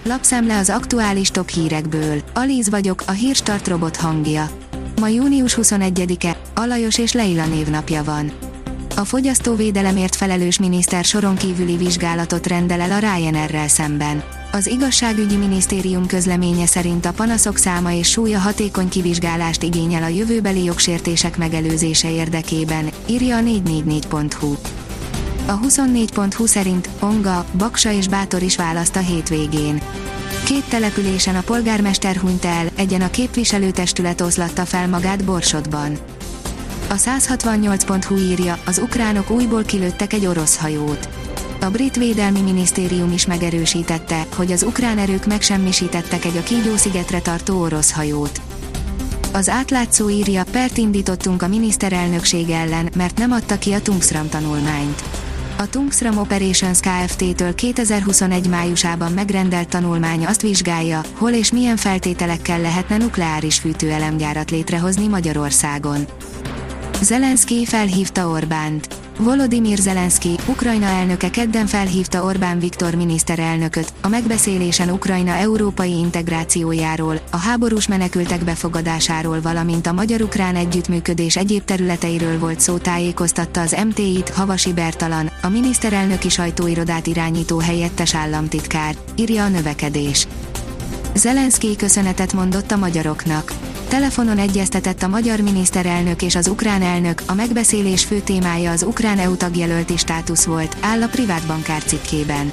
Lapszemle az aktuális top hírekből. Alíz vagyok, a Hírstart robot hangja. Ma június 21-e, Alajos és Leila névnapja van. A fogyasztóvédelemért felelős miniszter soron kívüli vizsgálatot rendel el a Ryanairrel szemben. Az igazságügyi minisztérium közleménye szerint a panaszok száma és súlya hatékony kivizsgálást igényel a jövőbeli jogsértések megelőzése érdekében, írja a 444.hu. A 24.hu szerint Onga, Baksa és Bátor is választ a hétvégén. Két településen a polgármester hunyt el, egyen a képviselőtestület oszlatta fel magát Borsodban. A 168.hu írja, az ukránok újból kilőttek egy orosz hajót. A brit védelmi minisztérium is megerősítette, hogy az ukrán erők megsemmisítettek egy a Kígyó-szigetre tartó orosz hajót. Az átlátszó írja, pert indítottunk a miniszterelnökség ellen, mert nem adta ki a Tungsram tanulmányt. A Tungsram Operations Kft-től 2021 májusában megrendelt tanulmány azt vizsgálja, hol és milyen feltételekkel lehetne nukleáris fűtőelemgyárat létrehozni Magyarországon. Zelenszkij felhívta Orbánt. Volodymyr Zelenszkij, Ukrajna elnöke kedden felhívta Orbán Viktor miniszterelnököt, a megbeszélésen Ukrajna európai integrációjáról, a háborús menekültek befogadásáról valamint a magyar-ukrán együttműködés egyéb területeiről volt szó, tájékoztatta az MTI-t Havasi Bertalan, a miniszterelnöki sajtóirodát irányító helyettes államtitkár, írja a Növekedés. Zelenszkij köszönetet mondott a magyaroknak. Telefonon egyeztetett a magyar miniszterelnök és az ukrán elnök, a megbeszélés fő témája az ukrán EU tagjelölti státusz volt, áll a privát bankár cikkében.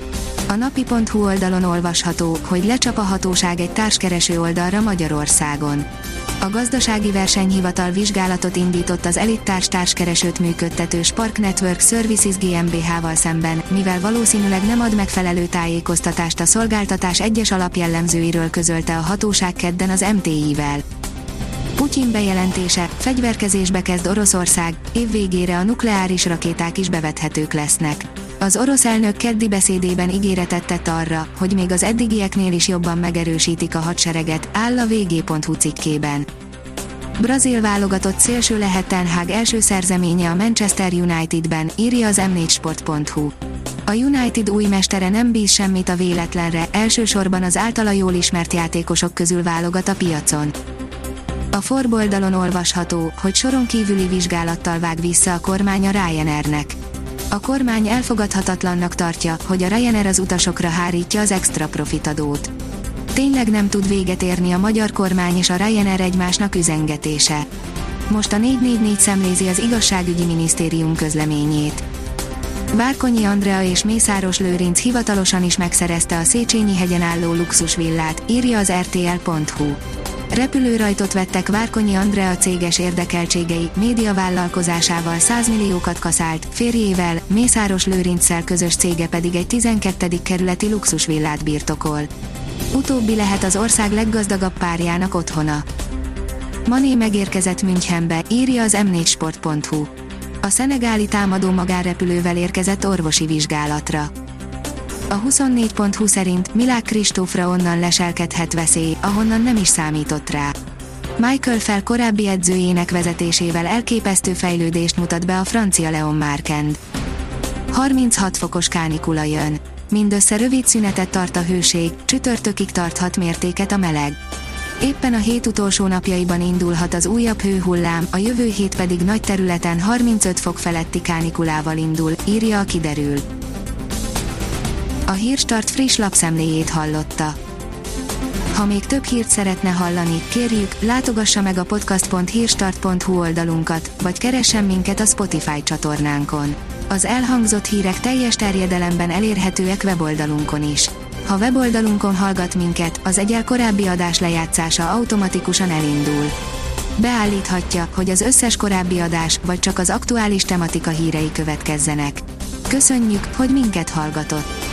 A napi.hu oldalon olvasható, hogy lecsap a hatóság egy társkereső oldalra Magyarországon. A gazdasági versenyhivatal vizsgálatot indított az elitárs társkeresőt működtető Spark Network Services GmbH-val szemben, mivel valószínűleg nem ad megfelelő tájékoztatást a szolgáltatás egyes alapjellemzőiről, közölte a hatóság kedden az MTI-vel. Putyin bejelentése, fegyverkezésbe kezd Oroszország, év végére a nukleáris rakéták is bevethetők lesznek. Az orosz elnök keddi beszédében ígéretet tett arra, hogy még az eddigieknél is jobban megerősítik a hadsereget, áll a vg.hu cikkében. Brazil válogatott szélső lehet Ten Hag első szerzeménye a Manchester Unitedben, írja az m4sport.hu. A United új mestere nem bíz semmit a véletlenre, elsősorban az általa jól ismert játékosok közül válogat a piacon. A Forbes oldalon olvasható, hogy soron kívüli vizsgálattal vág vissza a kormány a Ryanairnek. A kormány elfogadhatatlannak tartja, hogy a Ryanair az utasokra hárítja az extra profitadót. Tényleg nem tud véget érni a magyar kormány és a Ryanair egymásnak üzengetése. Most a 444 szemlézi az igazságügyi minisztérium közleményét. Várkonyi Andrea és Mészáros Lőrinc hivatalosan is megszerezte a Széchenyi-hegyen álló luxusvillát, írja az rtl.hu. Repülőrajtot vettek Várkonyi Andrea céges érdekeltségei, médiavállalkozásával 100 milliókat kaszált, férjével, Mészáros Lőrinccel közös cége pedig egy 12. kerületi luxusvillát birtokol. Utóbbi lehet az ország leggazdagabb párjának otthona. Mané megérkezett Münchenbe, írja az m4sport.hu. A szenegáli támadó magánrepülővel érkezett orvosi vizsgálatra. A 24.hu szerint Milák Kristófra onnan leselkedhet veszély, ahonnan nem is számított rá. Michael Phelps korábbi edzőjének vezetésével elképesztő fejlődést mutat be a francia Leon Marquand. 36 fokos kánikula jön. Mindössze rövid szünetet tart a hőség, csütörtökig tarthat mértéket a meleg. Éppen a hét utolsó napjaiban indulhat az újabb hőhullám, a jövő hét pedig nagy területen 35 fok feletti kánikulával indul, írja a Kiderül. A Hírstart friss lapszemléjét hallotta. Ha még több hírt szeretne hallani, kérjük, látogassa meg a podcast.hírstart.hu oldalunkat, vagy keressen minket a Spotify csatornánkon. Az elhangzott hírek teljes terjedelemben elérhetőek weboldalunkon is. Ha weboldalunkon hallgat minket, az egyel korábbi adás lejátszása automatikusan elindul. Beállíthatja, hogy az összes korábbi adás, vagy csak az aktuális tematika hírei következzenek. Köszönjük, hogy minket hallgatott!